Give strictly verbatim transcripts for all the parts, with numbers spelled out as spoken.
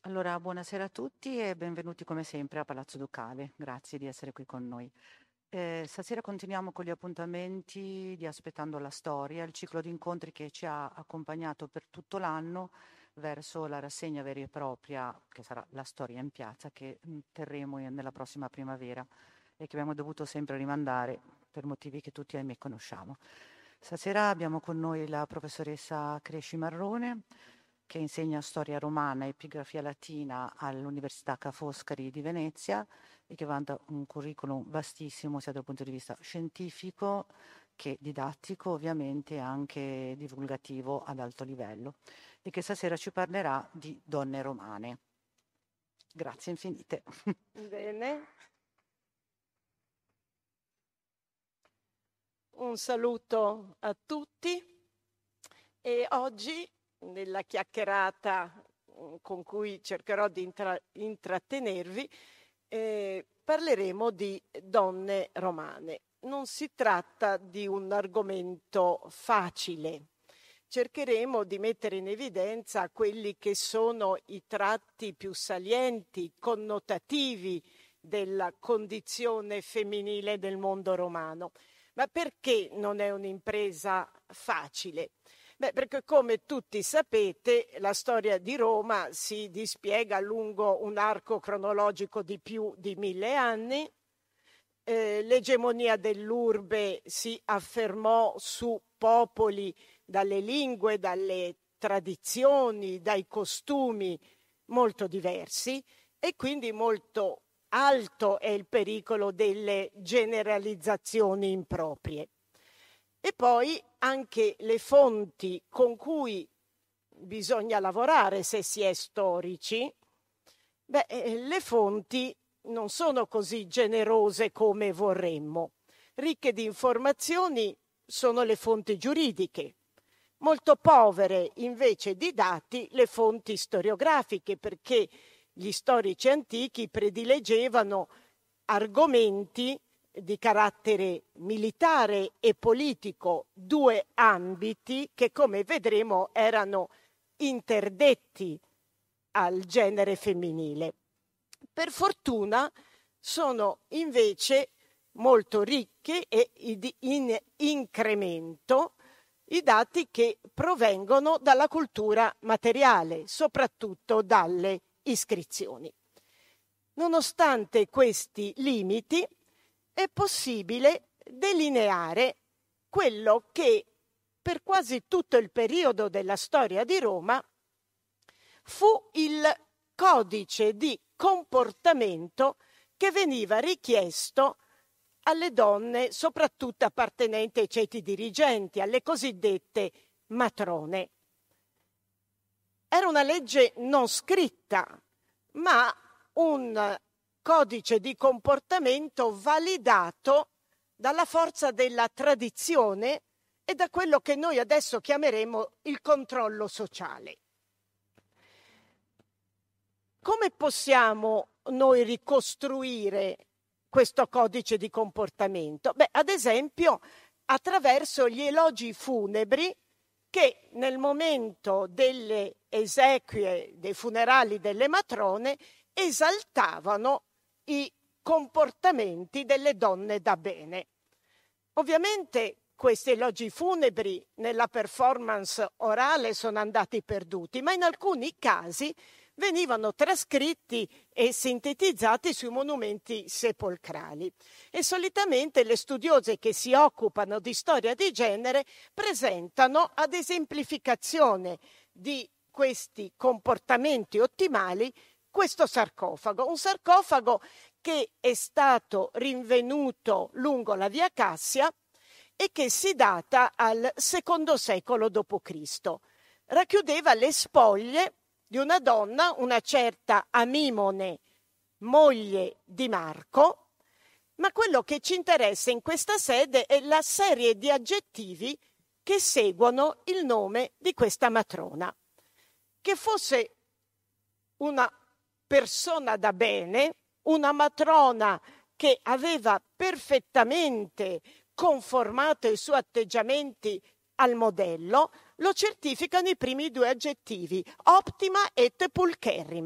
Allora, buonasera a tutti e benvenuti come sempre a Palazzo Ducale. Grazie di essere qui con noi. Eh, stasera continuiamo con gli appuntamenti di Aspettando la Storia, il ciclo di incontri che ci ha accompagnato per tutto l'anno verso la rassegna vera e propria, che sarà La Storia in Piazza, che mh, terremo in- nella prossima primavera e che abbiamo dovuto sempre rimandare per motivi che tutti ahimè conosciamo. Stasera abbiamo con noi la professoressa Cresci Marrone, che insegna storia romana e epigrafia latina all'Università Ca' Foscari di Venezia e che vanta un curriculum vastissimo sia dal punto di vista scientifico che didattico, ovviamente anche divulgativo ad alto livello, e che stasera ci parlerà di donne romane. Grazie infinite. Bene. Un saluto a tutti e oggi nella chiacchierata mm, con cui cercherò di intra- intrattenervi eh, parleremo di donne romane. Non si tratta di un argomento facile. Cercheremo di mettere in evidenza quelli che sono i tratti più salienti, connotativi della condizione femminile del mondo romano. Ma perché non è un'impresa facile? Beh, perché come tutti sapete, la storia di Roma si dispiega lungo un arco cronologico di più di mille anni. Eh, l'egemonia dell'urbe si affermò su popoli dalle lingue, dalle tradizioni, dai costumi molto diversi e quindi molto alto è il pericolo delle generalizzazioni improprie. E poi anche le fonti con cui bisogna lavorare se si è storici, beh, le fonti non sono così generose come vorremmo. Ricche di informazioni sono le fonti giuridiche, molto povere invece di dati le fonti storiografiche, perché gli storici antichi prediligevano argomenti di carattere militare e politico, due ambiti che, come vedremo, erano interdetti al genere femminile. Per fortuna sono invece molto ricche e in incremento i dati che provengono dalla cultura materiale, soprattutto dalle iscrizioni. Nonostante questi limiti, è possibile delineare quello che per quasi tutto il periodo della storia di Roma fu il codice di comportamento che veniva richiesto alle donne, soprattutto appartenenti ai ceti dirigenti, alle cosiddette matrone. Era una legge non scritta, ma un codice di comportamento validato dalla forza della tradizione e da quello che noi adesso chiameremo il controllo sociale. Come possiamo noi ricostruire questo codice di comportamento? Beh, ad esempio, attraverso gli elogi funebri che nel momento delle esequie, dei funerali delle matrone, esaltavano i comportamenti delle donne da bene. Ovviamente questi elogi funebri nella performance orale sono andati perduti, ma in alcuni casi venivano trascritti e sintetizzati sui monumenti sepolcrali. E solitamente le studiose che si occupano di storia di genere presentano ad esemplificazione di questi comportamenti ottimali questo sarcofago, un sarcofago che è stato rinvenuto lungo la via Cassia e che si data al secondo secolo dopo Cristo. Racchiudeva le spoglie di una donna, una certa Amimone, moglie di Marco, ma quello che ci interessa in questa sede è la serie di aggettivi che seguono il nome di questa matrona. Che fosse una persona da bene, una matrona che aveva perfettamente conformato i suoi atteggiamenti al modello, lo certificano i primi due aggettivi, optima et pulcherrima,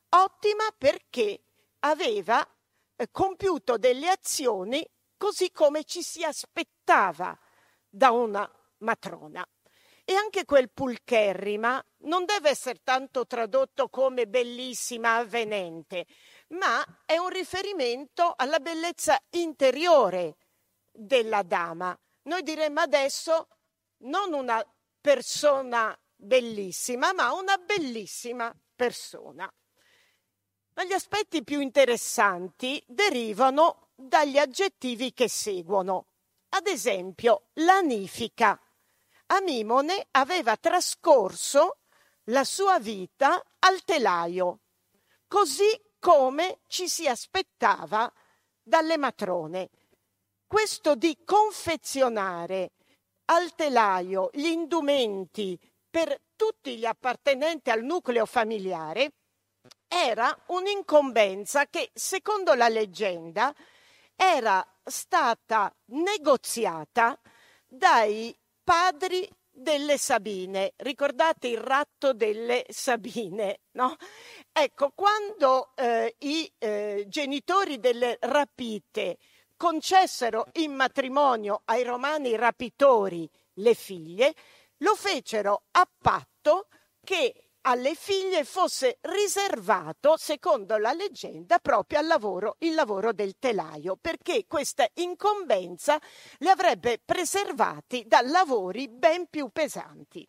ottima perché aveva eh, compiuto delle azioni così come ci si aspettava da una matrona. E anche quel pulcherrima non deve essere tanto tradotto come bellissima, avvenente, ma è un riferimento alla bellezza interiore della dama. Noi diremmo adesso non una persona bellissima, ma una bellissima persona. Ma gli aspetti più interessanti derivano dagli aggettivi che seguono. Ad esempio, lanifica. Amimone aveva trascorso la sua vita al telaio, così come ci si aspettava dalle matrone. Questo di confezionare al telaio gli indumenti per tutti gli appartenenti al nucleo familiare era un'incombenza che, secondo la leggenda, era stata negoziata dai padri delle Sabine. Ricordate il ratto delle Sabine, no? Ecco, quando eh, i eh, genitori delle rapite concessero in matrimonio ai romani rapitori le figlie, lo fecero a patto che alle figlie fosse riservato, secondo la leggenda, proprio al lavoro, il lavoro del telaio, perché questa incombenza le avrebbe preservati da lavori ben più pesanti.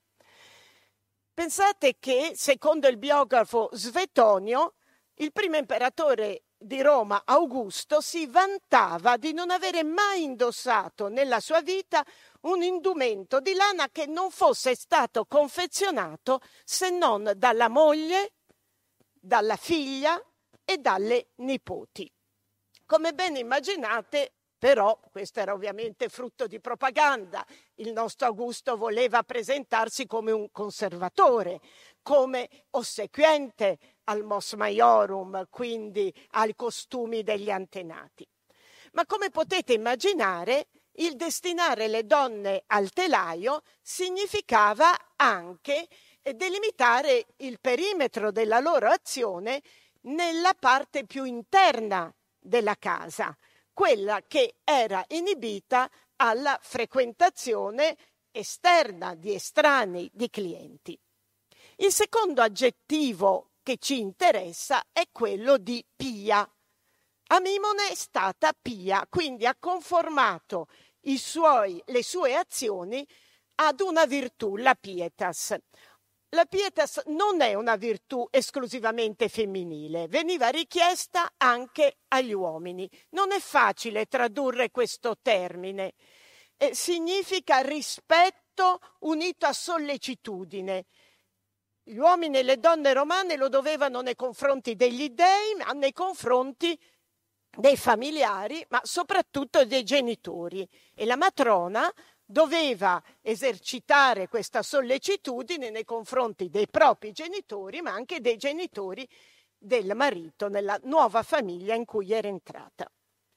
Pensate che, secondo il biografo Svetonio, il primo imperatore di Roma, Augusto, si vantava di non avere mai indossato nella sua vita un indumento di lana che non fosse stato confezionato se non dalla moglie, dalla figlia e dalle nipoti. Come ben immaginate, però, questo era ovviamente frutto di propaganda. Il nostro Augusto voleva presentarsi come un conservatore, come ossequiente al mos maiorum, quindi ai costumi degli antenati. Ma come potete immaginare, il destinare le donne al telaio significava anche delimitare il perimetro della loro azione nella parte più interna della casa, quella che era inibita alla frequentazione esterna di estranei, di clienti. Il secondo aggettivo che ci interessa è quello di pia. Amimone è stata pia, quindi ha conformato i suoi, le sue azioni ad una virtù, la pietas. La pietas non è una virtù esclusivamente femminile, veniva richiesta anche agli uomini. Non è facile tradurre questo termine. Eh, significa rispetto unito a sollecitudine. Gli uomini e le donne romane lo dovevano nei confronti degli dei, ma nei confronti dei familiari, ma soprattutto dei genitori. E la matrona doveva esercitare questa sollecitudine nei confronti dei propri genitori, ma anche dei genitori del marito, nella nuova famiglia in cui era entrata.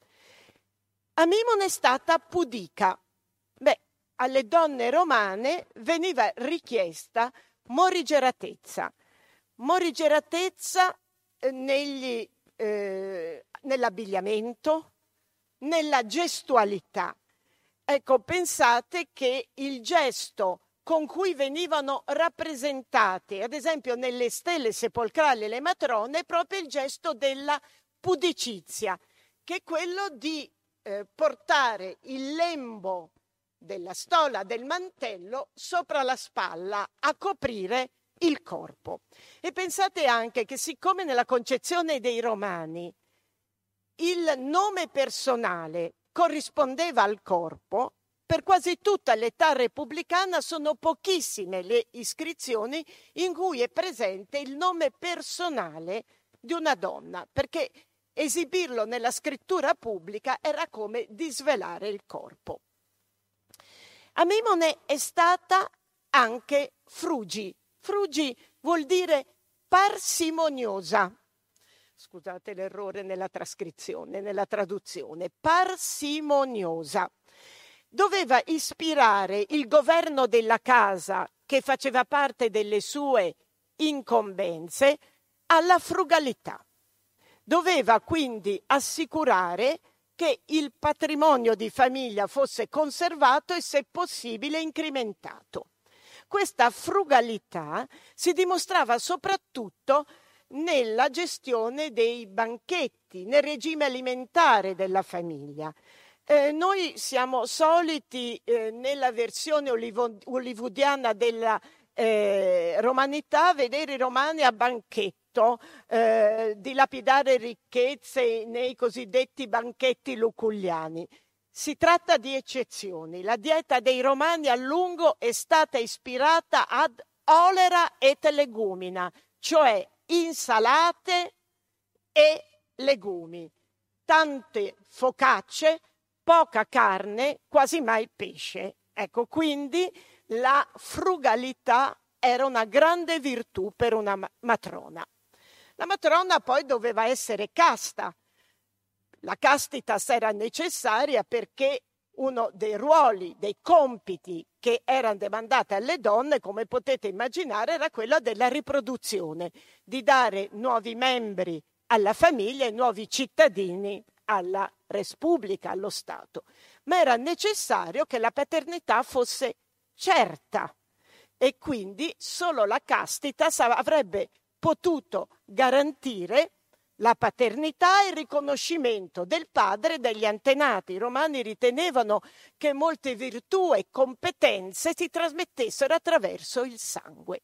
Amimone è stata pudica. Beh, alle donne romane veniva richiesta morigeratezza. Morigeratezza eh, negli, eh, nell'abbigliamento, nella gestualità. Ecco, pensate che il gesto con cui venivano rappresentate, ad esempio nelle stelle sepolcrali le matrone, è proprio il gesto della pudicizia, che è quello di eh, portare il lembo della stola del mantello sopra la spalla a coprire il corpo. E pensate anche che siccome nella concezione dei romani il nome personale corrispondeva al corpo, per quasi tutta l'età repubblicana sono pochissime le iscrizioni in cui è presente il nome personale di una donna, perché esibirlo nella scrittura pubblica era come disvelare il corpo. Amimone è stata anche frugi. Frugi vuol dire parsimoniosa. Scusate l'errore nella trascrizione, nella traduzione. Parsimoniosa. Doveva ispirare il governo della casa, che faceva parte delle sue incombenze, alla frugalità. Doveva quindi assicurare che il patrimonio di famiglia fosse conservato e, se possibile, incrementato. Questa frugalità si dimostrava soprattutto nella gestione dei banchetti, nel regime alimentare della famiglia. Eh, noi siamo soliti, eh, nella versione hollywoodiana della eh, romanità, vedere i romani a banchetto, eh, dilapidare ricchezze nei cosiddetti banchetti luculliani. Si tratta di eccezioni. La dieta dei romani a lungo è stata ispirata ad olera et legumina, cioè insalate e legumi, tante focacce, poca carne, quasi mai pesce. Ecco, quindi la frugalità era una grande virtù per una matrona. La matrona poi doveva essere casta. La castitas era necessaria perché uno dei ruoli, dei compiti che erano demandati alle donne, come potete immaginare, era quello della riproduzione, di dare nuovi membri alla famiglia e nuovi cittadini alla Repubblica, allo Stato. Ma era necessario che la paternità fosse certa e quindi solo la castitas avrebbe potuto garantire la paternità e il riconoscimento del padre dagli antenati. I romani ritenevano che molte virtù e competenze si trasmettessero attraverso il sangue.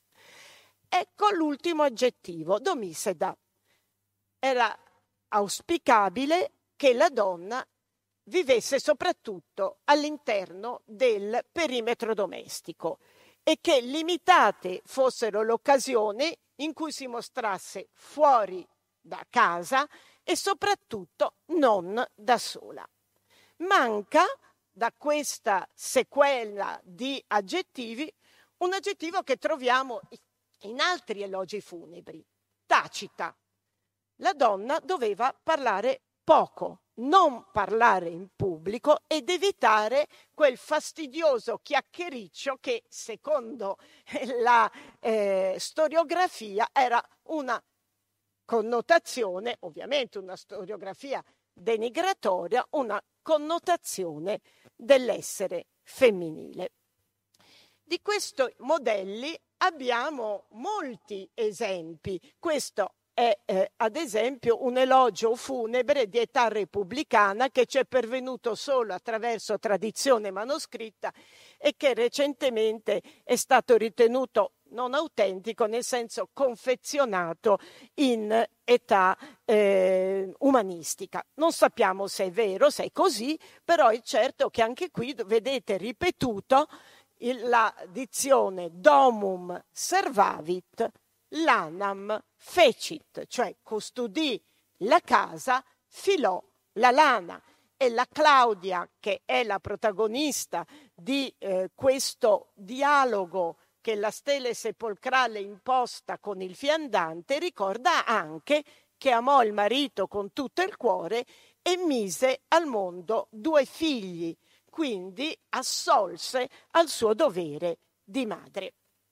Ecco l'ultimo aggettivo, domiceda. Era auspicabile che la donna vivesse soprattutto all'interno del perimetro domestico e che limitate fossero le occasioni in cui si mostrasse fuori da casa e soprattutto non da sola. Manca da questa sequela di aggettivi un aggettivo che troviamo in altri elogi funebri, tacita. La donna doveva parlare poco, non parlare in pubblico ed evitare quel fastidioso chiacchiericcio che, secondo la eh, storiografia, era una connotazione, ovviamente una storiografia denigratoria, una connotazione dell'essere femminile. Di questi modelli abbiamo molti esempi. Questo è eh, ad esempio un elogio funebre di età repubblicana che ci è pervenuto solo attraverso tradizione manoscritta e che recentemente è stato ritenuto non autentico, nel senso confezionato in età eh, umanistica. Non sappiamo se è vero, se è così, però è certo che anche qui vedete ripetuto il, la dizione domum servavit, lanam fecit, cioè custodì la casa, filò la lana. E la Claudia, che è la protagonista di eh, questo dialogo che la stele sepolcrale imposta con il fiandante, ricorda anche che amò il marito con tutto il cuore e mise al mondo due figli, quindi assolse al suo dovere di madre.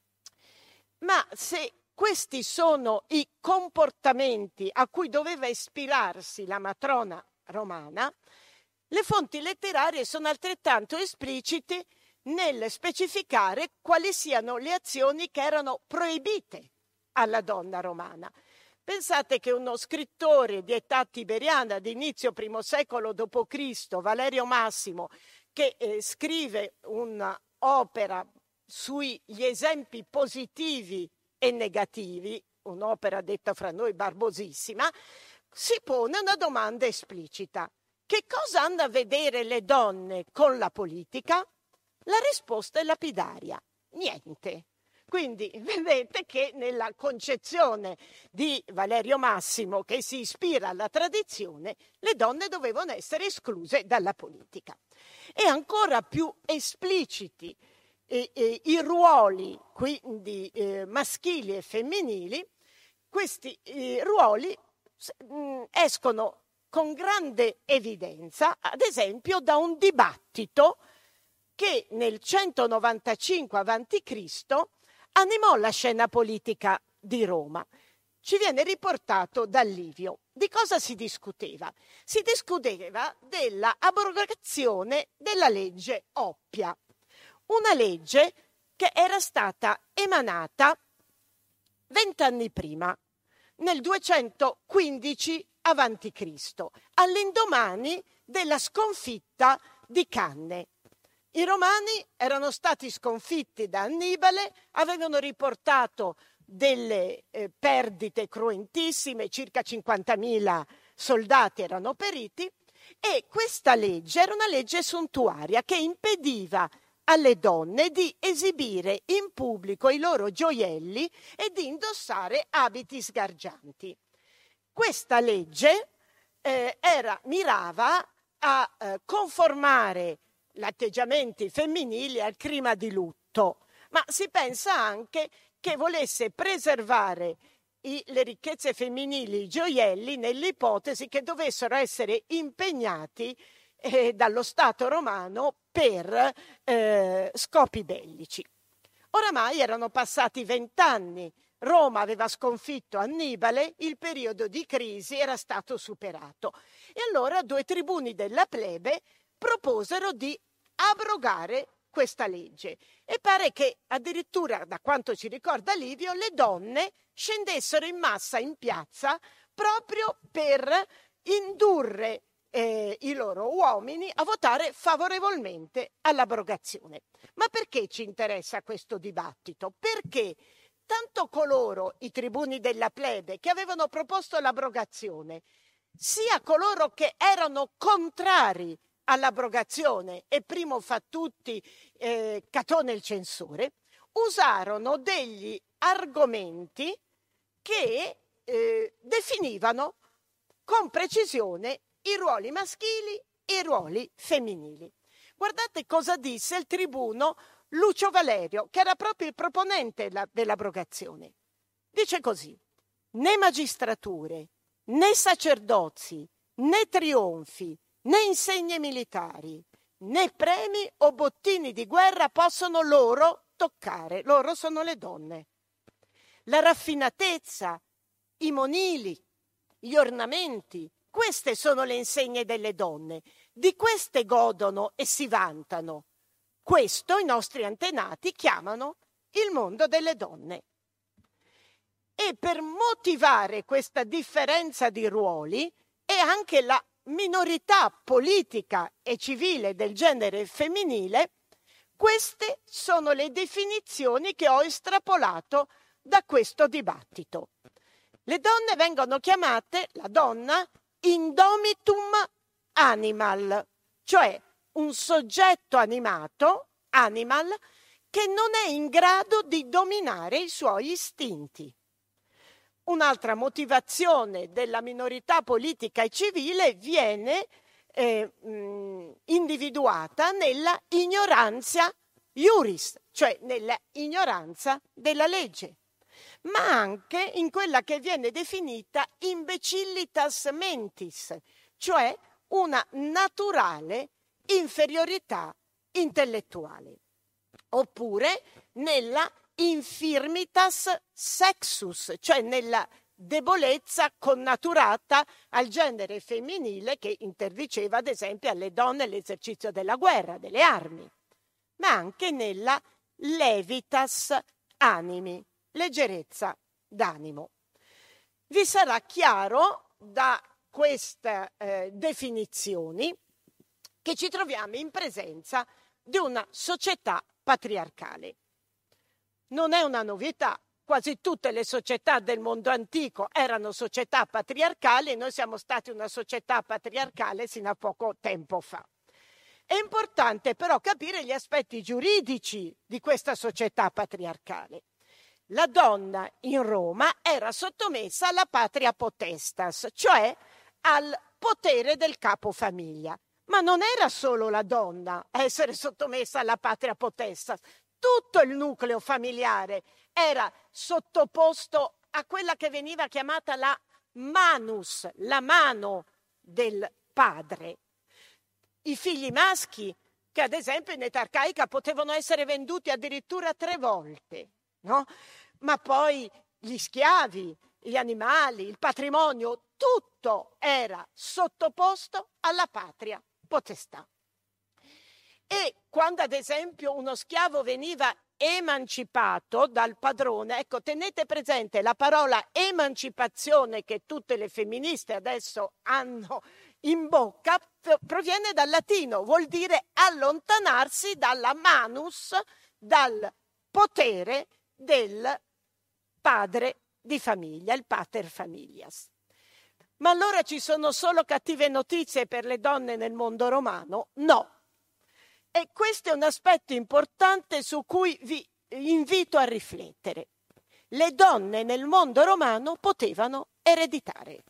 Ma se questi sono i comportamenti a cui doveva ispirarsi la matrona romana, le fonti letterarie sono altrettanto esplicite nel specificare quali siano le azioni che erano proibite alla donna romana. Pensate che uno scrittore di età tiberiana di inizio primo secolo dopo Cristo, Valerio Massimo, che eh, scrive un'opera sugli esempi positivi e negativi, un'opera detta fra noi barbosissima, si pone una domanda esplicita. Che cosa hanno a vedere le donne con la politica? La risposta è lapidaria: niente. Quindi vedete che nella concezione di Valerio Massimo, che si ispira alla tradizione, le donne dovevano essere escluse dalla politica. E ancora più espliciti eh, eh, i ruoli quindi eh, maschili e femminili, questi eh, ruoli mh, escono con grande evidenza, ad esempio, da un dibattito che nel centonovantacinque avanti Cristo animò la scena politica di Roma. ci viene riportato da Livio. Di cosa si discuteva? Si discuteva della abrogazione della legge Oppia, una legge che era stata emanata vent'anni prima, nel duecentoquindici avanti Cristo, all'indomani della sconfitta di Canne. I Romani erano stati sconfitti da Annibale, avevano riportato delle eh, perdite cruentissime, circa cinquantamila soldati erano periti, e questa legge era una legge suntuaria che impediva alle donne di esibire in pubblico i loro gioielli e di indossare abiti sgargianti. Questa legge eh, era, mirava a eh, conformare gli atteggiamenti femminili al clima di lutto, ma si pensa anche che volesse preservare i, le ricchezze femminili, i gioielli, nell'ipotesi che dovessero essere impegnati eh, dallo Stato romano per eh, scopi bellici. Oramai erano passati vent'anni, Roma aveva sconfitto Annibale, il periodo di crisi era stato superato e allora due tribuni della plebe proposero di abrogare questa legge e pare che addirittura, da quanto ci ricorda Livio, le donne scendessero in massa in piazza proprio per indurre eh, i loro uomini a votare favorevolmente all'abrogazione. Ma perché ci interessa questo dibattito? Perché tanto coloro, i tribuni della plebe, che avevano proposto l'abrogazione, sia coloro che erano contrari all'abrogazione, e primo fra tutti eh, Catone il censore, usarono degli argomenti che eh, definivano con precisione i ruoli maschili e i ruoli femminili. Guardate cosa disse il tribuno Lucio Valerio, che era proprio il proponente dell'abrogazione. Dice così: né magistrature, né sacerdozi, né trionfi, né insegne militari, né premi o bottini di guerra possono loro toccare. Loro sono le donne. La raffinatezza, i monili, gli ornamenti, queste sono le insegne delle donne. Di queste godono e si vantano. Questo i nostri antenati chiamano il mondo delle donne. E per motivare questa differenza di ruoli e anche la minorità politica e civile del genere femminile, queste sono le definizioni che ho estrapolato da questo dibattito. Le donne vengono chiamate, la donna, indomitum animal, cioè un soggetto animato, animal, che non è in grado di dominare i suoi istinti. Un'altra motivazione della minorità politica e civile viene eh, mh, individuata nella ignoranza iuris, cioè nella ignoranza della legge, ma anche in quella che viene definita imbecillitas mentis, cioè una naturale inferiorità intellettuale, oppure nella infirmitas sexus, cioè nella debolezza connaturata al genere femminile che interdiceva ad esempio alle donne l'esercizio della guerra, delle armi, ma anche nella levitas animi, leggerezza d'animo. Vi sarà chiaro da queste eh, definizioni che ci troviamo in presenza di una società patriarcale. Non è una novità, quasi tutte le società del mondo antico erano società patriarcali e noi siamo stati una società patriarcale sino a poco tempo fa. È importante però capire gli aspetti giuridici di questa società patriarcale. La donna in Roma era sottomessa alla patria potestas, cioè al potere del capofamiglia. Ma non era solo la donna a essere sottomessa alla patria potestas, tutto il nucleo familiare era sottoposto a quella che veniva chiamata la manus, la mano del padre. I figli maschi, che ad esempio in età arcaica potevano essere venduti addirittura tre volte, no? Ma poi gli schiavi, gli animali, il patrimonio, tutto era sottoposto alla patria potestà. E quando ad esempio uno schiavo veniva emancipato dal padrone, ecco, tenete presente la parola emancipazione che tutte le femministe adesso hanno in bocca, proviene dal latino, vuol dire allontanarsi dalla manus, dal potere del padre di famiglia, il pater familias. Ma allora ci sono solo cattive notizie per le donne nel mondo romano? No. E questo è un aspetto importante su cui vi invito a riflettere. Le donne nel mondo romano potevano ereditare.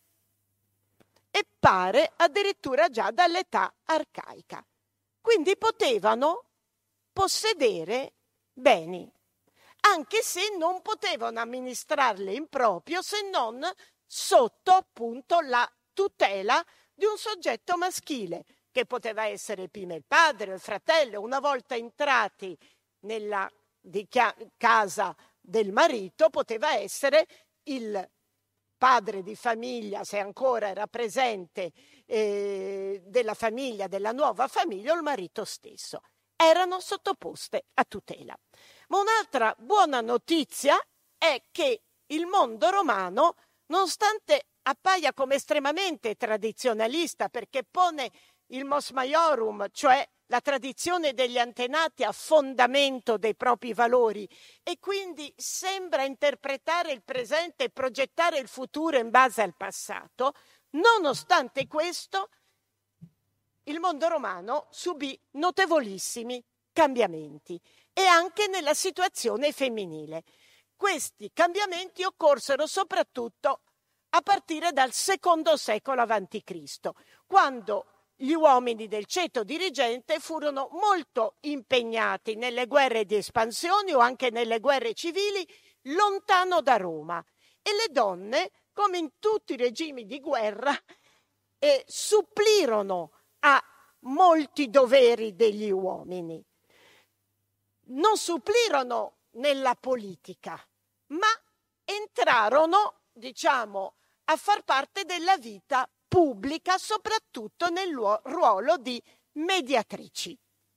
E pare addirittura già dall'età arcaica. Quindi potevano possedere beni, anche se non potevano amministrarli in proprio se non sotto appunto la tutela di un soggetto maschile, che poteva essere prima il padre o il fratello. Una volta entrati nella di casa del marito, poteva essere il padre di famiglia, se ancora era presente, eh, della famiglia, della nuova famiglia, o il marito stesso. Erano sottoposte a tutela. Ma un'altra buona notizia è che il mondo romano, nonostante appaia come estremamente tradizionalista, perché pone il mos maiorum, cioè la tradizione degli antenati, a fondamento dei propri valori, e quindi sembra interpretare il presente e progettare il futuro in base al passato, nonostante questo il mondo romano subì notevolissimi cambiamenti, e anche nella situazione femminile. Questi cambiamenti occorsero soprattutto a partire dal secondo secolo avanti Cristo, quando gli uomini del ceto dirigente furono molto impegnati nelle guerre di espansione o anche nelle guerre civili lontano da Roma, e le donne, come in tutti i regimi di guerra, eh, supplirono a molti doveri degli uomini. Non supplirono nella politica, ma entrarono, diciamo, a far parte della vita pubblica, soprattutto nel ruolo di mediatrici.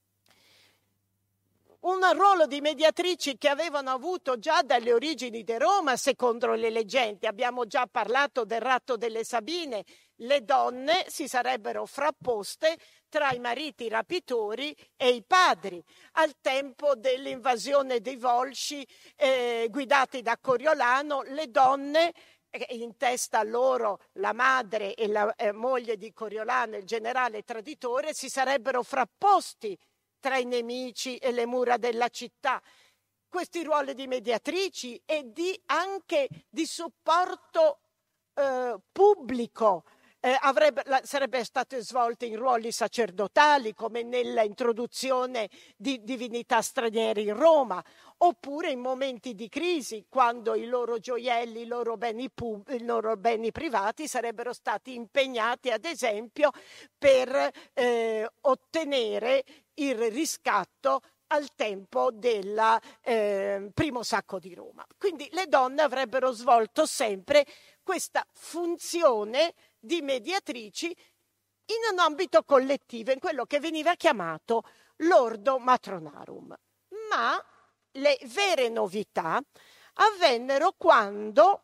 Un ruolo di mediatrici che avevano avuto già dalle origini di Roma, secondo le leggende. Abbiamo già parlato del ratto delle Sabine. Le donne si sarebbero frapposte tra i mariti rapitori e i padri al tempo dell'invasione dei Volsci eh, guidati da Coriolano. Le donne, in testa a loro la madre e la eh, moglie di Coriolano, il generale traditore, si sarebbero frapposti tra i nemici e le mura della città. Questi ruoli di mediatrici e di anche di supporto eh, pubblico eh, avrebbe, la, sarebbe state svolte in ruoli sacerdotali, come nella introduzione di divinità straniere in Roma, oppure in momenti di crisi, quando i loro gioielli, i loro beni, pub- i loro beni privati sarebbero stati impegnati, ad esempio, per eh, ottenere il riscatto al tempo del eh, primo sacco di Roma. Quindi le donne avrebbero svolto sempre questa funzione di mediatrici in un ambito collettivo, in quello che veniva chiamato l'ordo matronarum. Ma le vere novità avvennero quando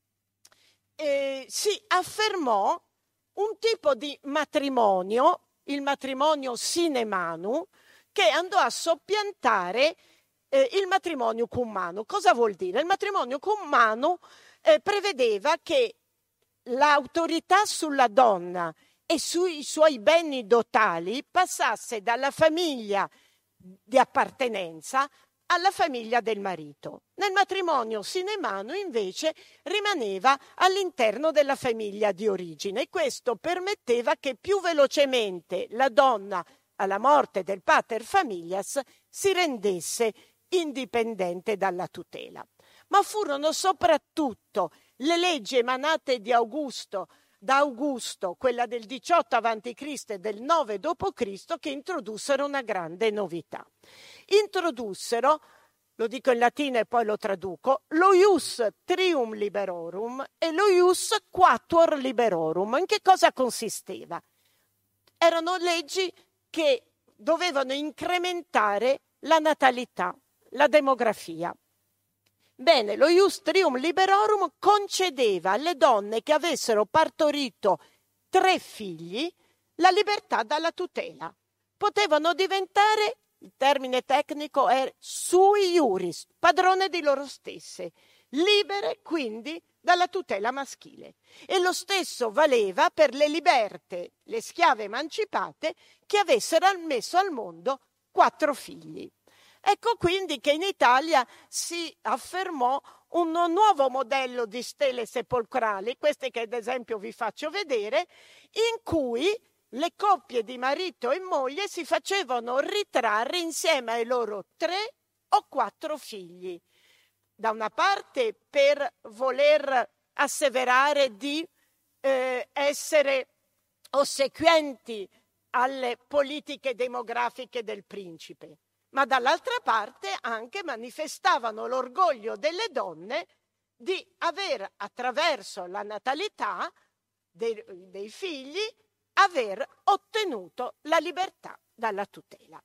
eh, si affermò un tipo di matrimonio, il matrimonio sine manu, che andò a soppiantare eh, il matrimonio cum manu. Cosa vuol dire? Il matrimonio cum manu eh, prevedeva che l'autorità sulla donna e sui suoi beni dotali passasse dalla famiglia di appartenenza alla famiglia del marito. Nel matrimonio sine manu invece rimaneva all'interno della famiglia di origine, e questo permetteva che più velocemente la donna, alla morte del pater familias, si rendesse indipendente dalla tutela. Ma furono soprattutto le leggi emanate di Augusto, da Augusto, quella del diciotto avanti Cristo e del nove dopo Cristo, che introdussero una grande novità. Introdussero lo dico in latino e poi lo traduco, lo ius trium liberorum e lo ius quatuor liberorum. In che cosa consisteva? Erano leggi che dovevano incrementare la natalità, la demografia. Bene, lo ius trium liberorum concedeva alle donne che avessero partorito tre figli la libertà dalla tutela. Potevano diventare, il termine tecnico è sui iuris, padrone di loro stesse, libere quindi dalla tutela maschile. E lo stesso valeva per le liberte, le schiave emancipate, che avessero messo al mondo quattro figli. Ecco quindi che in Italia si affermò un nuovo modello di stele sepolcrali, queste che ad esempio vi faccio vedere, in cui le coppie di marito e moglie si facevano ritrarre insieme ai loro tre o quattro figli. Da una parte per voler asseverare di eh, essere ossequienti alle politiche demografiche del principe, ma dall'altra parte anche manifestavano l'orgoglio delle donne di aver, attraverso la natalità dei, dei figli, aver ottenuto la libertà dalla tutela.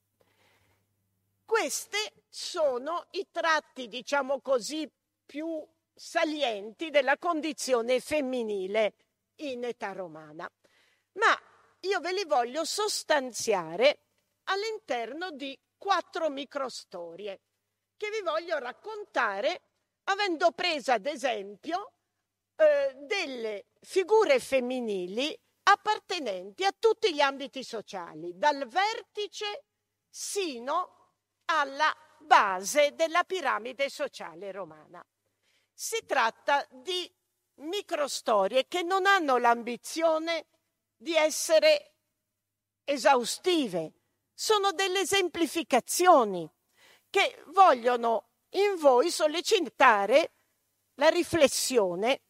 Questi sono i tratti, diciamo così, più salienti della condizione femminile in età romana. Ma io ve li voglio sostanziare all'interno di quattro microstorie che vi voglio raccontare avendo preso ad esempio eh, delle figure femminili appartenenti a tutti gli ambiti sociali, dal vertice sino alla base della piramide sociale romana. Si tratta di microstorie che non hanno l'ambizione di essere esaustive, sono delle esemplificazioni che vogliono in voi sollecitare la riflessione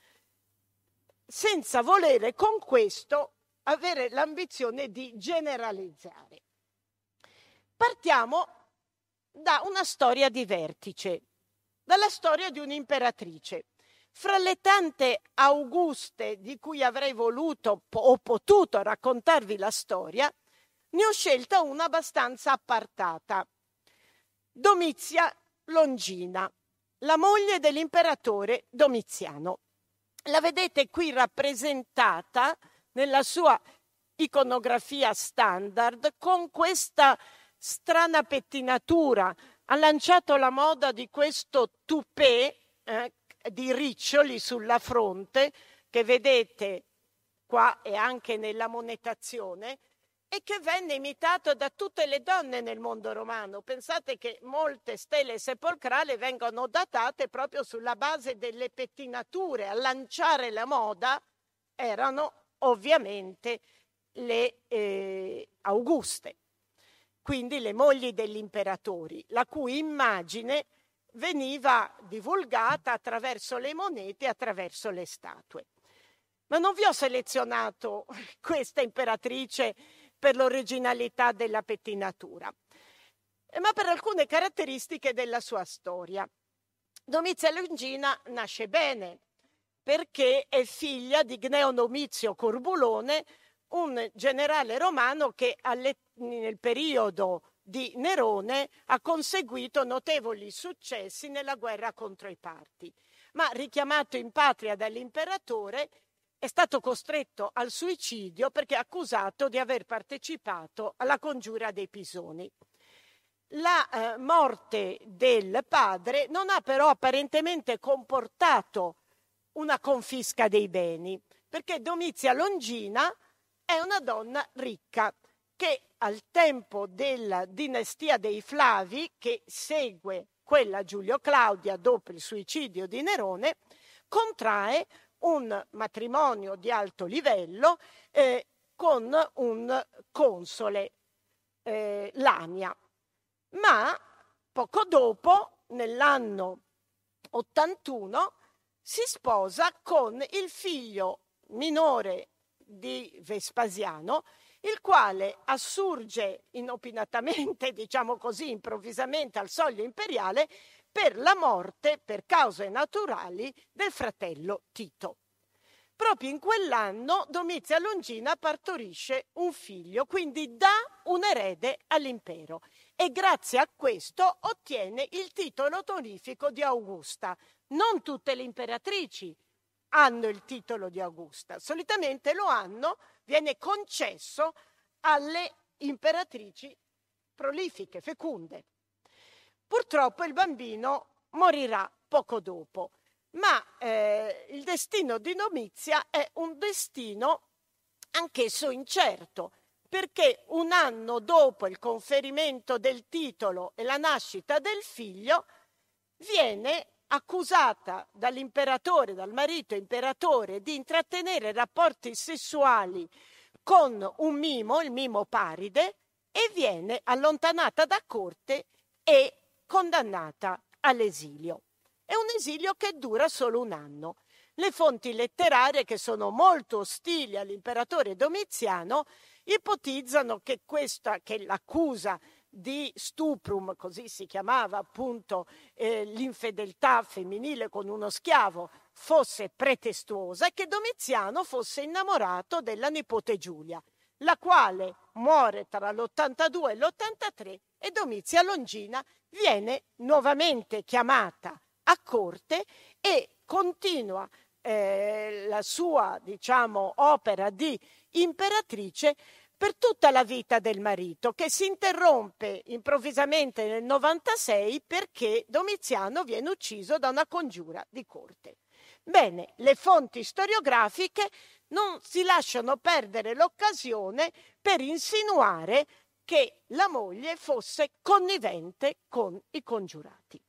senza volere con questo avere l'ambizione di generalizzare. Partiamo da una storia di vertice, dalla storia di un'imperatrice. Fra le tante Auguste di cui avrei voluto o potuto raccontarvi la storia, ne ho scelta una abbastanza appartata. Domizia Longina, la moglie dell'imperatore Domiziano. La vedete qui rappresentata nella sua iconografia standard con questa strana pettinatura. Ha lanciato la moda di questo toupet eh, di riccioli sulla fronte che vedete qua e anche nella monetazione e che venne imitato da tutte le donne nel mondo romano. Pensate che molte stele sepolcrali vengono datate proprio sulla base delle pettinature. A lanciare la moda erano ovviamente le eh, Auguste, quindi le mogli degli imperatori, la cui immagine veniva divulgata attraverso le monete e attraverso le statue. Ma non vi ho selezionato questa imperatrice per l'originalità della pettinatura, ma per alcune caratteristiche della sua storia. Domizia Longina nasce bene perché è figlia di Gneo Domizio Corbulone, un generale romano che alle, nel periodo di Nerone ha conseguito notevoli successi nella guerra contro i Parti, ma richiamato in patria dall'imperatore è stato costretto al suicidio perché accusato di aver partecipato alla congiura dei Pisoni. La eh, morte del padre non ha però apparentemente comportato una confisca dei beni, perché Domizia Longina è una donna ricca che al tempo della dinastia dei Flavi, che segue quella Giulio Claudia dopo il suicidio di Nerone, contrae un matrimonio di alto livello eh, con un console, eh, Lamia. Ma poco dopo, nell'anno ottantuno, si sposa con il figlio minore di Vespasiano, il quale assurge inopinatamente, diciamo così, improvvisamente al soglio imperiale per la morte, per cause naturali, del fratello Tito. Proprio in quell'anno Domizia Longina partorisce un figlio, quindi dà un erede all'impero e grazie a questo ottiene il titolo onorifico di Augusta. Non tutte le imperatrici hanno il titolo di Augusta, solitamente lo hanno, viene concesso alle imperatrici prolifiche, fecunde. Purtroppo il bambino morirà poco dopo, ma eh, il destino di Domizia è un destino anch'esso incerto, perché un anno dopo il conferimento del titolo e la nascita del figlio viene accusata dall'imperatore, dal marito imperatore, di intrattenere rapporti sessuali con un mimo, il mimo Paride, e viene allontanata da corte e condannata all'esilio. È un esilio che dura solo un anno. Le fonti letterarie, che sono molto ostili all'imperatore Domiziano, ipotizzano che questa, che l'accusa di stuprum, così si chiamava appunto eh, l'infedeltà femminile con uno schiavo, fosse pretestuosa e che Domiziano fosse innamorato della nipote Giulia, la quale muore tra l'ottantadue e l'ottantatré e Domizia Longina viene nuovamente chiamata a corte e continua eh, la sua, diciamo, opera di imperatrice per tutta la vita del marito, che si interrompe improvvisamente nel novantasei perché Domiziano viene ucciso da una congiura di corte. Bene, le fonti storiografiche non si lasciano perdere l'occasione per insinuare che la moglie fosse connivente con i congiurati.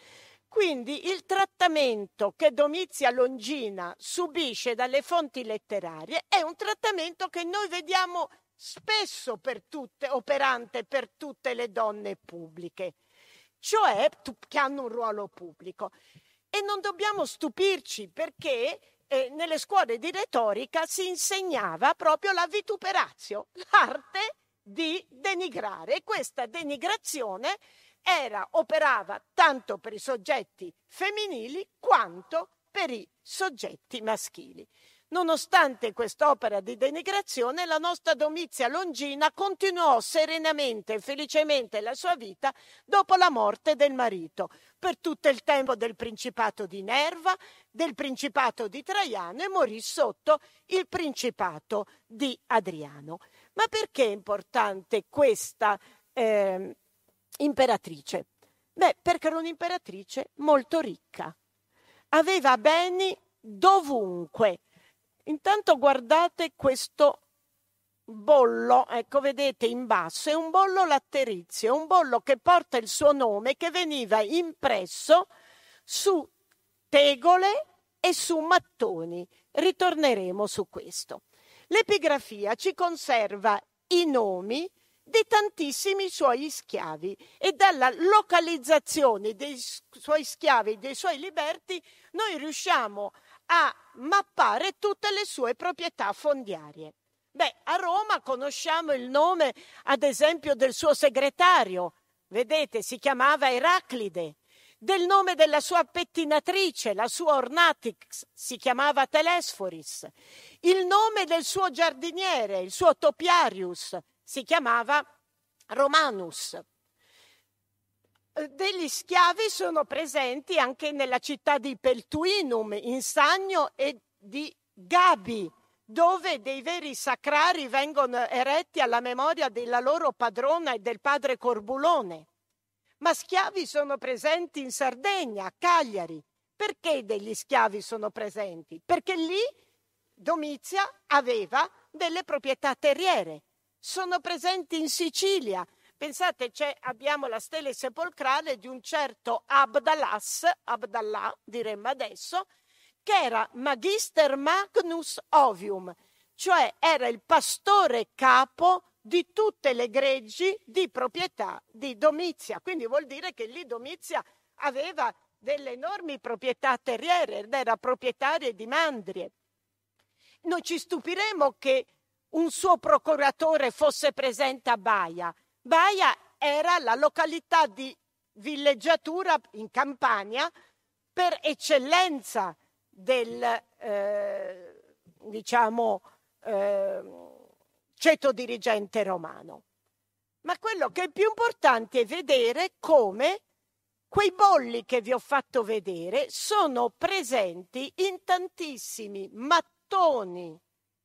Quindi il trattamento che Domizia Longina subisce dalle fonti letterarie è un trattamento che noi vediamo spesso per tutte, operante per tutte le donne pubbliche, cioè che hanno un ruolo pubblico. E non dobbiamo stupirci perché eh, nelle scuole di retorica si insegnava proprio la vituperatio, l'arte di denigrare, e questa denigrazione era, operava tanto per i soggetti femminili quanto per i soggetti maschili. Nonostante quest'opera di denigrazione, la nostra Domizia Longina continuò serenamente e felicemente la sua vita dopo la morte del marito, per tutto il tempo del Principato di Nerva, del Principato di Traiano, e morì sotto il Principato di Adriano. Ma perché è importante questa eh, imperatrice? Beh, perché era un'imperatrice molto ricca, aveva beni dovunque. Intanto guardate questo bollo, ecco, vedete in basso, è un bollo latterizio, è un bollo che porta il suo nome, che veniva impresso su tegole e su mattoni. Ritorneremo su questo. L'epigrafia ci conserva i nomi di tantissimi suoi schiavi e dalla localizzazione dei suoi schiavi, dei suoi liberti, noi riusciamo a mappare tutte le sue proprietà fondiarie. Beh, a Roma conosciamo il nome, ad esempio, del suo segretario, vedete, si chiamava Eraclide, del nome della sua pettinatrice, la sua ornatix, si chiamava Telesforis, il nome del suo giardiniere, il suo topiarius, si chiamava Romanus. Degli schiavi sono presenti anche nella città di Peltuinum, in Sannio, e di Gabi, dove dei veri sacrari vengono eretti alla memoria della loro padrona e del padre Corbulone. Ma schiavi sono presenti in Sardegna, a Cagliari. Perché degli schiavi sono presenti? Perché lì Domizia aveva delle proprietà terriere. Sono presenti in Sicilia. Pensate, c'è, abbiamo la stele sepolcrale di un certo Abdalas, Abdallah diremmo adesso, che era Magister Magnus Ovium, cioè era il pastore capo di tutte le greggi di proprietà di Domizia. Quindi vuol dire che lì Domizia aveva delle enormi proprietà terriere ed era proprietaria di mandrie. Noi ci stupiremo che un suo procuratore fosse presente a Baia. Baia era la località di villeggiatura in Campania per eccellenza del, eh, diciamo, eh, ceto dirigente romano. Ma quello che è più importante è vedere come quei bolli che vi ho fatto vedere sono presenti in tantissimi mattoni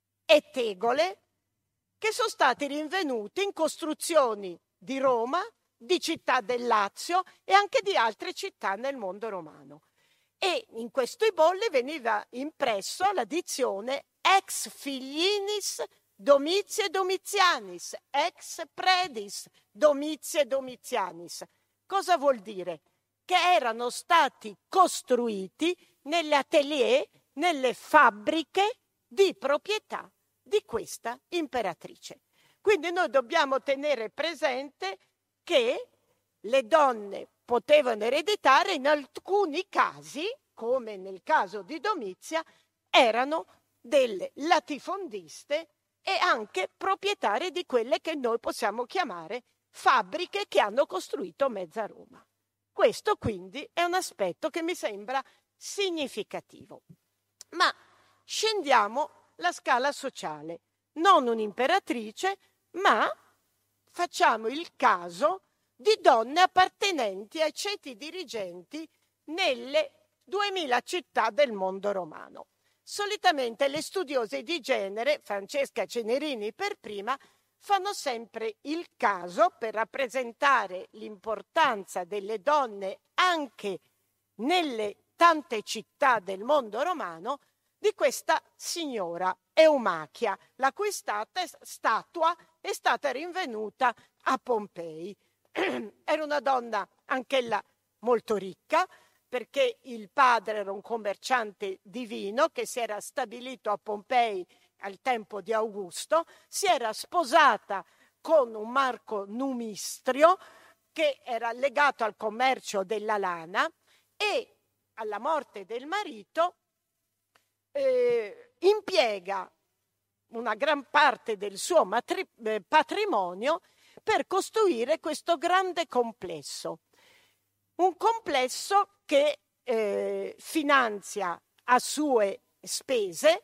e tegole che sono stati rinvenuti in costruzioni di Roma, di città del Lazio e anche di altre città nel mondo romano. E in questi bolli veniva impresso la dizione ex filinis Domitie Domitianis, ex predis Domitie Domitianis. Cosa vuol dire? Che erano stati costruiti nelle atelier, nelle fabbriche di proprietà di questa imperatrice. Quindi noi dobbiamo tenere presente che le donne potevano ereditare, in alcuni casi, come nel caso di Domizia, erano delle latifondiste e anche proprietarie di quelle che noi possiamo chiamare fabbriche che hanno costruito mezza Roma. Questo quindi è un aspetto che mi sembra significativo. Ma scendiamo la scala sociale, non un'imperatrice, ma facciamo il caso di donne appartenenti ai ceti dirigenti nelle duemila città del mondo romano. Solitamente le studiose di genere, Francesca Cenerini per prima, fanno sempre il caso, per rappresentare l'importanza delle donne anche nelle tante città del mondo romano, di questa signora Eumachia, la cui stata, statua è stata rinvenuta a Pompei. Era una donna anch'ella molto ricca, perché il padre era un commerciante di vino che si era stabilito a Pompei al tempo di Augusto, si era sposata con un Marco Numistrio che era legato al commercio della lana e alla morte del marito eh, impiega una gran parte del suo matri- eh, patrimonio per costruire questo grande complesso. Un complesso che eh, finanzia a sue spese,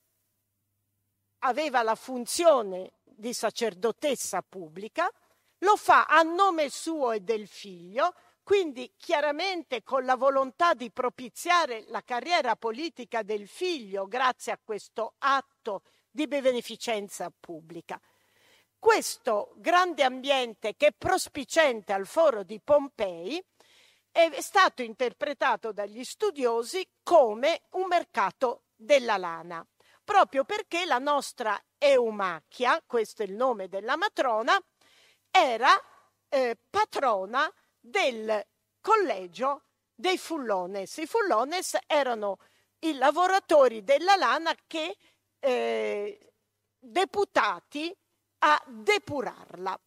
aveva la funzione di sacerdotessa pubblica, lo fa a nome suo e del figlio, quindi chiaramente con la volontà di propiziare la carriera politica del figlio grazie a questo atto di beneficenza pubblica. Questo grande ambiente che è prospiciente al foro di Pompei è stato interpretato dagli studiosi come un mercato della lana, proprio perché la nostra Eumachia, questo è il nome della matrona, era eh, patrona del collegio dei fullones. I fullones erano i lavoratori della lana che eh, deputati a depurarla.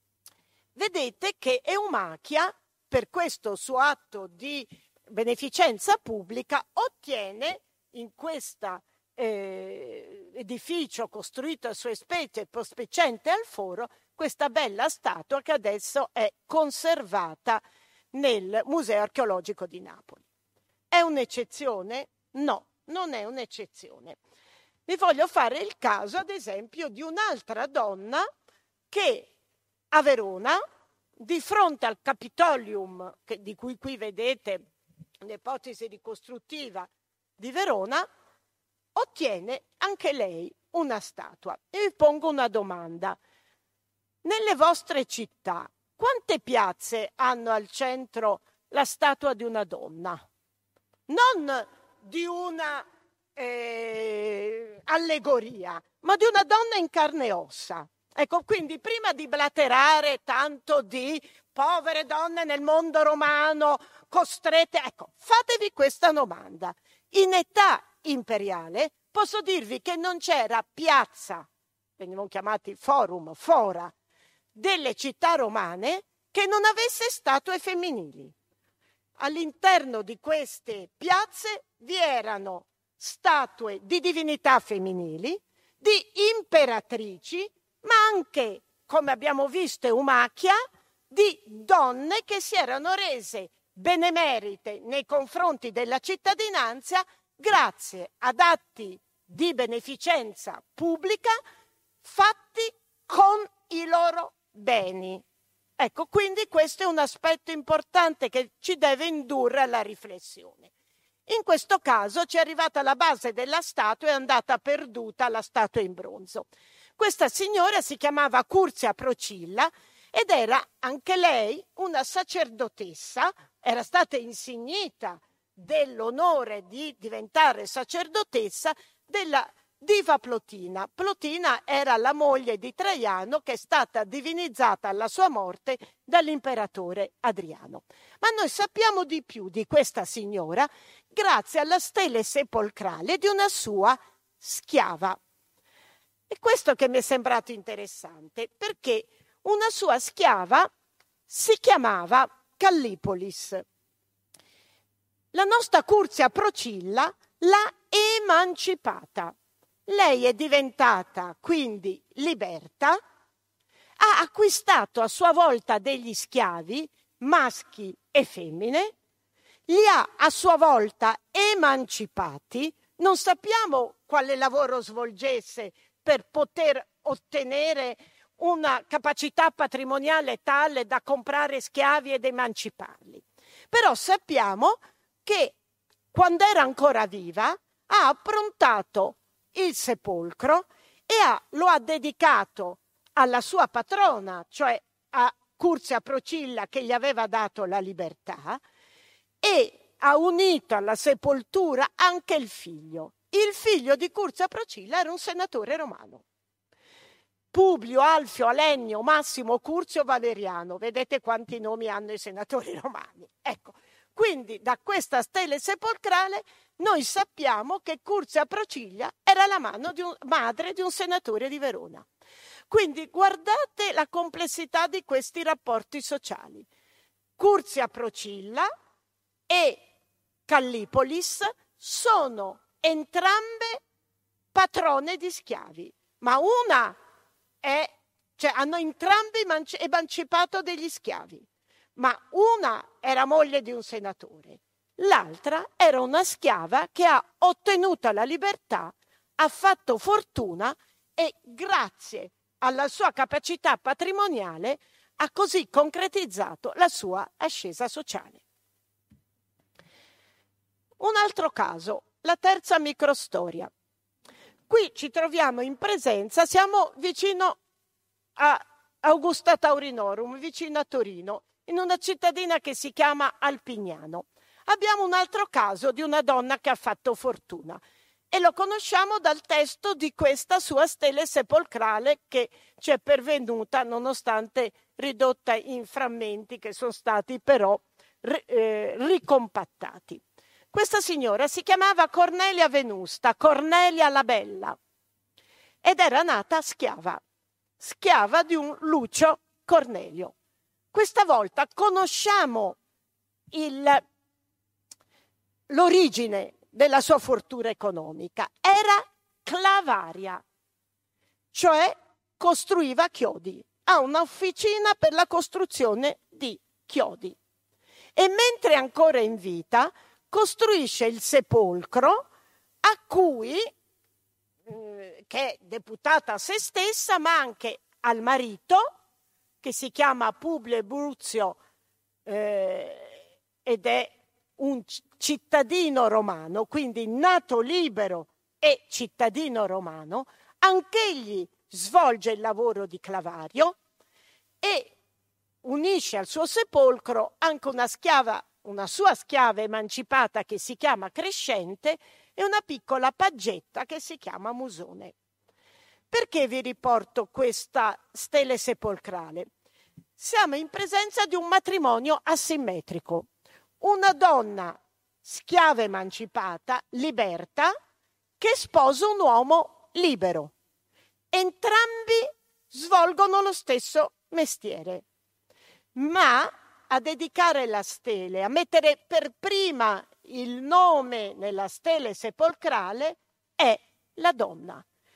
Vedete che Eumachia, per questo suo atto di beneficenza pubblica, ottiene in questo eh, edificio costruito a sue spese, prospiciente al foro, questa bella statua che adesso è conservata nel Museo Archeologico di Napoli. È un'eccezione? No, non è un'eccezione. Vi voglio fare il caso, ad esempio, di un'altra donna che a Verona, di fronte al Capitolium, che, di cui qui vedete l'ipotesi ricostruttiva di Verona, ottiene anche lei una statua. E vi pongo una domanda. Nelle vostre città, quante piazze hanno al centro la statua di una donna? Non di una eh, allegoria, ma di una donna in carne e ossa. Ecco, quindi prima di blaterare tanto di povere donne nel mondo romano costrette, ecco, fatevi questa domanda. In età imperiale posso dirvi che non c'era piazza, venivano chiamati forum, fora, delle città romane che non avesse statue femminili. All'interno di queste piazze vi erano statue di divinità femminili, di imperatrici, ma anche, come abbiamo visto, Eumachia, di donne che si erano rese benemerite nei confronti della cittadinanza grazie ad atti di beneficenza pubblica fatti con i loro beni. Ecco, quindi questo è un aspetto importante che ci deve indurre alla riflessione. In questo caso ci è arrivata la base della statua e è andata perduta la statua in bronzo. Questa signora si chiamava Curzia Procilla ed era anche lei una sacerdotessa, era stata insignita dell'onore di diventare sacerdotessa della diva Plotina. Plotina era la moglie di Traiano che è stata divinizzata alla sua morte dall'imperatore Adriano. Ma noi sappiamo di più di questa signora grazie alla stele sepolcrale di una sua schiava. E questo che mi è sembrato interessante, perché una sua schiava si chiamava Callipolis. La nostra Curzia Procilla l'ha emancipata. Lei è diventata quindi liberta, ha acquistato a sua volta degli schiavi, maschi e femmine, li ha a sua volta emancipati. Non sappiamo quale lavoro svolgesse per poter ottenere una capacità patrimoniale tale da comprare schiavi ed emanciparli. Però sappiamo che quando era ancora viva ha approntato il sepolcro e ha, lo ha dedicato alla sua patrona, cioè a Curzia Procilla che gli aveva dato la libertà, e ha unito alla sepoltura anche il figlio. Il figlio di Curzia Procilla era un senatore romano. Publio, Alfio, Alennio, Massimo, Curzio, Valeriano. Vedete quanti nomi hanno i senatori romani. Ecco, quindi da questa stele sepolcrale noi sappiamo che Curzia Procilla era la mano di un, madre di un senatore di Verona. Quindi guardate la complessità di questi rapporti sociali. Curzia Procilla e Callipolis sono entrambe patrone di schiavi, ma una è, cioè hanno entrambi emancipato degli schiavi, ma una era moglie di un senatore, l'altra era una schiava che ha ottenuto la libertà, ha fatto fortuna e grazie alla sua capacità patrimoniale ha così concretizzato la sua ascesa sociale. Un altro caso, la terza microstoria. Qui ci troviamo in presenza, siamo vicino a Augusta Taurinorum, vicino a Torino, in una cittadina che si chiama Alpignano. Abbiamo un altro caso di una donna che ha fatto fortuna e lo conosciamo dal testo di questa sua stele sepolcrale che ci è pervenuta nonostante ridotta in frammenti che sono stati però eh, ricompattati. Questa signora si chiamava Cornelia Venusta, Cornelia la Bella, ed era nata schiava, schiava di un Lucio Cornelio. Questa volta conosciamo il, l'origine della sua fortuna economica. Era clavaria, cioè costruiva chiodi. Ha un'officina per la costruzione di chiodi. E mentre è ancora in vita costruisce il sepolcro a cui, eh, che è deputata a se stessa, ma anche al marito, che si chiama Publio Bruzio eh, ed è un cittadino romano, quindi nato libero e cittadino romano, anch'egli svolge il lavoro di clavario e unisce al suo sepolcro anche una schiava, una sua schiava emancipata che si chiama Crescente e una piccola paggetta che si chiama Musone. Perché vi riporto questa stele sepolcrale? Siamo in presenza di un matrimonio asimmetrico. Una donna schiava emancipata, liberta, che sposa un uomo libero. Entrambi svolgono lo stesso mestiere, ma a dedicare la stele, a mettere per prima il nome nella stele sepolcrale è la donna.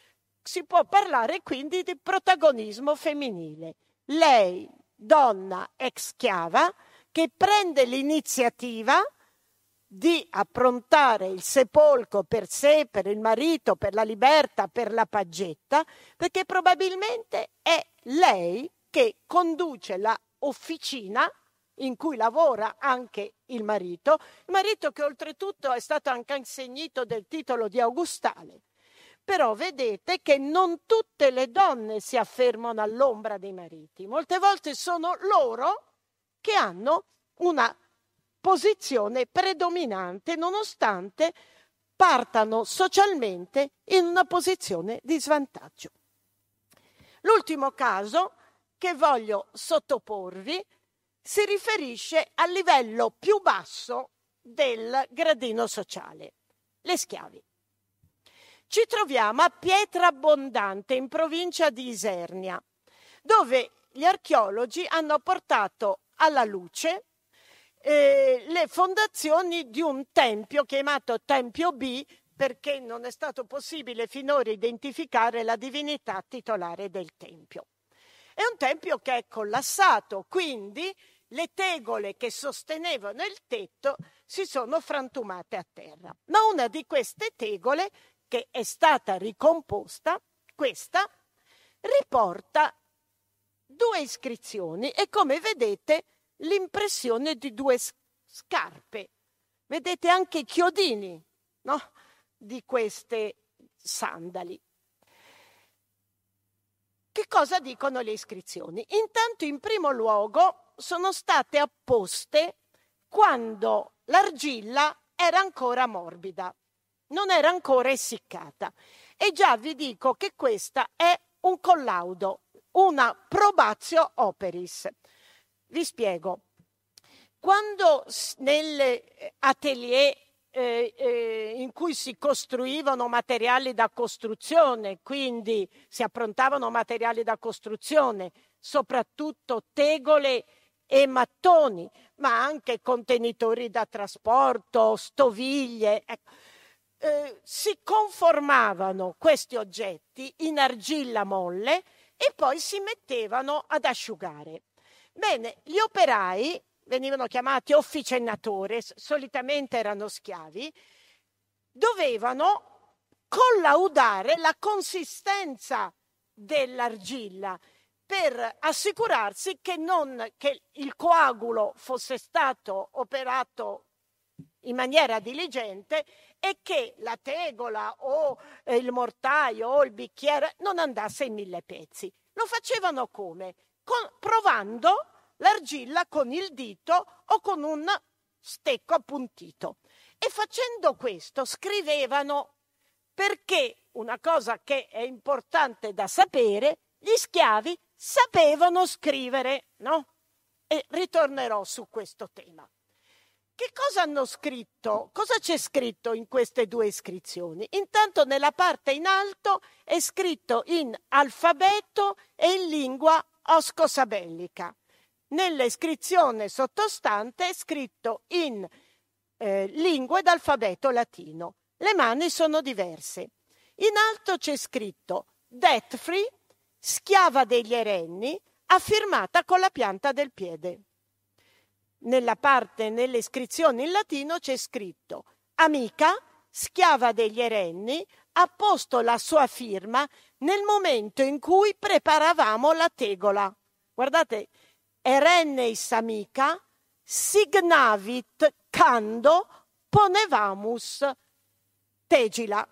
si può parlare quindi di protagonismo femminile. Lei, donna ex schiava, che prende l'iniziativa di approntare il sepolcro per sé, per il marito, per la Liberta, per la Paggetta, perché probabilmente è lei che conduce la officina in cui lavora anche il marito, il marito che oltretutto è stato anche insignito del titolo di Augustale. Però vedete che non tutte le donne si affermano all'ombra dei mariti, molte volte sono loro che hanno una posizione predominante nonostante partano socialmente in una posizione di svantaggio. L'ultimo caso che voglio sottoporvi si riferisce al livello più basso del gradino sociale, le schiavi. Ci troviamo a Pietrabbondante, in provincia di Isernia, dove gli archeologi hanno portato alla luce eh, le fondazioni di un tempio chiamato Tempio B, perché non è stato possibile finora identificare la divinità titolare del tempio. È un tempio che è collassato, quindi le tegole che sostenevano il tetto si sono frantumate a terra. Ma una di queste tegole, che è stata ricomposta, questa, riporta due iscrizioni e, come vedete, l'impressione di due scarpe. Vedete anche i chiodini, no? Di queste sandali. Che cosa dicono le iscrizioni? Intanto, in primo luogo, sono state apposte quando l'argilla era ancora morbida, non era ancora essiccata. E già vi dico che questa è un collaudo, una probatio operis. Vi spiego. Quando nelle atelier eh, eh, in cui si costruivano materiali da costruzione, quindi si approntavano materiali da costruzione, soprattutto tegole e mattoni, ma anche contenitori da trasporto, stoviglie, ecco, eh, si conformavano questi oggetti in argilla molle e poi si mettevano ad asciugare. Bene, gli operai venivano chiamati officennatores, solitamente erano schiavi, dovevano collaudare la consistenza dell'argilla per assicurarsi che, non, che il coagulo fosse stato operato in maniera diligente e che la tegola o il mortaio o il bicchiere non andasse in mille pezzi. Lo facevano come? Con, provando l'argilla con il dito o con un stecco appuntito. E facendo questo scrivevano, perché una cosa che è importante da sapere, gli schiavi sapevano scrivere, no? E ritornerò su questo tema. Che cosa hanno scritto? Cosa c'è scritto in queste due iscrizioni? Intanto nella parte in alto è scritto in alfabeto e in lingua osco-sabellica. Nella iscrizione sottostante è scritto in eh, lingua ed alfabeto latino. Le mani sono diverse. In alto c'è scritto debt free, schiava degli erenni, affirmata con la pianta del piede. Nella parte, nelle iscrizioni in latino c'è scritto amica, schiava degli erenni, ha posto la sua firma nel momento in cui preparavamo la tegola. Guardate, erenneis amica, signavit cando ponevamus tegila.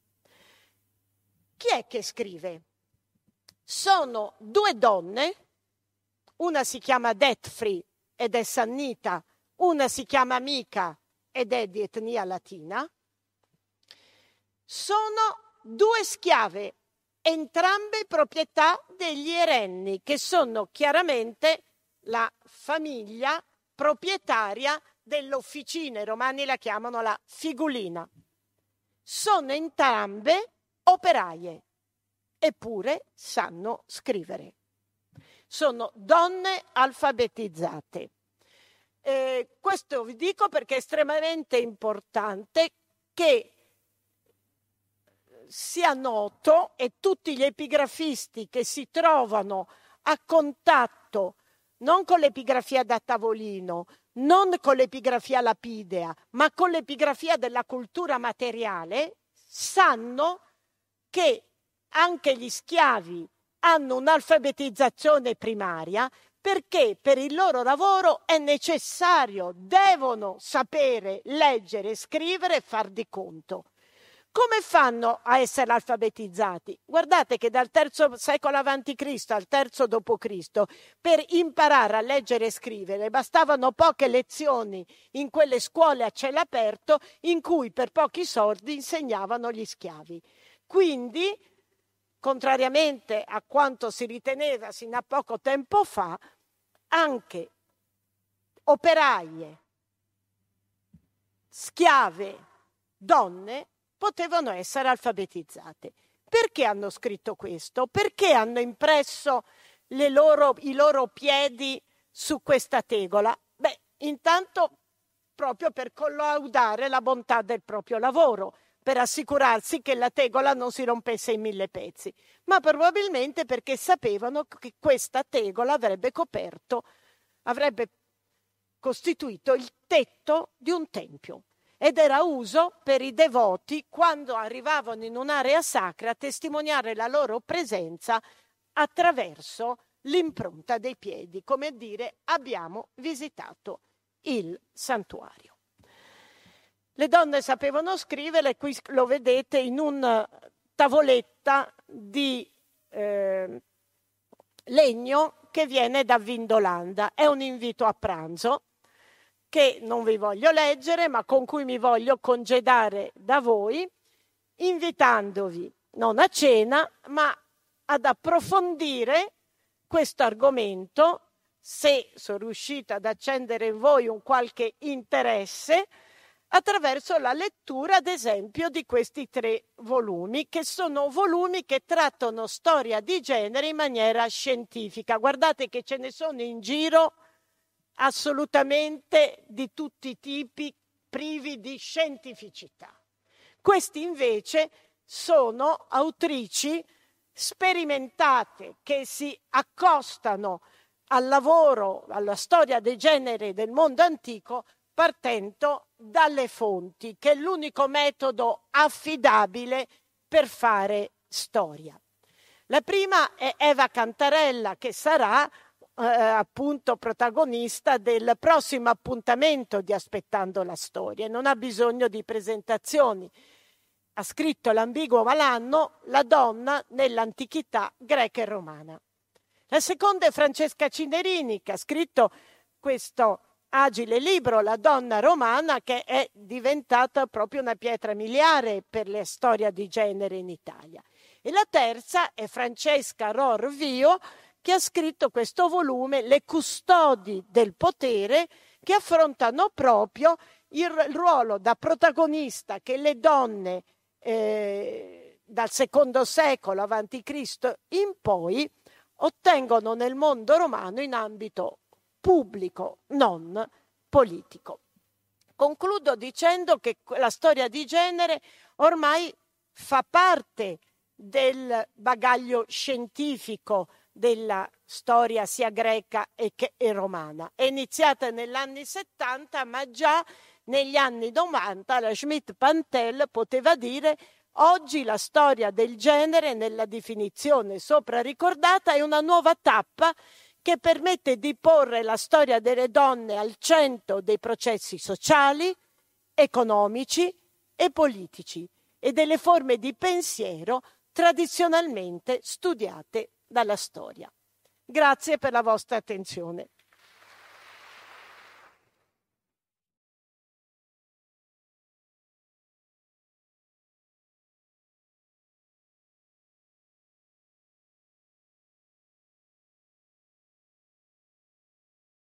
Chi è che scrive? Sono due donne, una si chiama Detfri ed è sannita, una si chiama Amica ed è di etnia latina. Sono due schiave, entrambe proprietà degli erenni, che sono chiaramente la famiglia proprietaria dell'officina, i romani la chiamano la figulina. Sono entrambe operaie, eppure sanno scrivere. Sono donne alfabetizzate. Eh, questo vi dico perché è estremamente importante che sia noto, e tutti gli epigrafisti che si trovano a contatto non con l'epigrafia da tavolino, non con l'epigrafia lapidea, ma con l'epigrafia della cultura materiale, sanno che anche gli schiavi hanno un'alfabetizzazione primaria, perché per il loro lavoro è necessario, devono sapere leggere, scrivere e far di conto. Come fanno a essere alfabetizzati? Guardate che dal terzo secolo avanti Cristo al terzo dopo Cristo, per imparare a leggere e scrivere bastavano poche lezioni in quelle scuole a cielo aperto in cui per pochi soldi insegnavano gli schiavi. Quindi, contrariamente a quanto si riteneva sino a poco tempo fa, anche operaie, schiave, donne potevano essere alfabetizzate. Perché hanno scritto questo? Perché hanno impresso le loro, i loro piedi su questa tegola? Beh, intanto proprio per collaudare la bontà del proprio lavoro, per assicurarsi che la tegola non si rompesse in mille pezzi, ma probabilmente perché sapevano che questa tegola avrebbe coperto, avrebbe costituito il tetto di un tempio. Ed era uso per i devoti, quando arrivavano in un'area sacra, testimoniare la loro presenza attraverso l'impronta dei piedi, come a dire abbiamo visitato il santuario. Le donne sapevano scrivere, qui lo vedete in una tavoletta di eh, legno che viene da Vindolanda. È un invito a pranzo che non vi voglio leggere, ma con cui mi voglio congedare da voi, invitandovi non a cena, ma ad approfondire questo argomento, se sono riuscita ad accendere in voi un qualche interesse, attraverso la lettura, ad esempio, di questi tre volumi, che sono volumi che trattano storia di genere in maniera scientifica. Guardate che ce ne sono in giro assolutamente di tutti i tipi, privi di scientificità. Questi invece sono autrici sperimentate che si accostano al lavoro, alla storia dei generi del mondo antico, partendo dalle fonti, che è l'unico metodo affidabile per fare storia. La prima è Eva Cantarella, che sarà eh, appunto protagonista del prossimo appuntamento di Aspettando la Storia. Non ha bisogno di presentazioni. Ha scritto L'ambiguo malanno, la donna nell'antichità greca e romana. La seconda è Francesca Cinerini, che ha scritto questo agile libro, La donna romana, che è diventata proprio una pietra miliare per la storia di genere in Italia. E la terza è Francesca Ror Vio, che ha scritto questo volume, Le custodi del potere, che affrontano proprio il ruolo da protagonista che le donne eh, dal secondo secolo avanti Cristo in poi ottengono nel mondo romano in ambito pubblico, non politico. Concludo dicendo che la storia di genere ormai fa parte del bagaglio scientifico della storia sia greca e, che, e romana. È iniziata negli anni settanta, ma già negli anni novanta la Schmidt-Pantel poteva dire: oggi la storia del genere, nella definizione sopra ricordata, è una nuova tappa che permette di porre la storia delle donne al centro dei processi sociali, economici e politici e delle forme di pensiero tradizionalmente studiate dalla storia. Grazie per la vostra attenzione.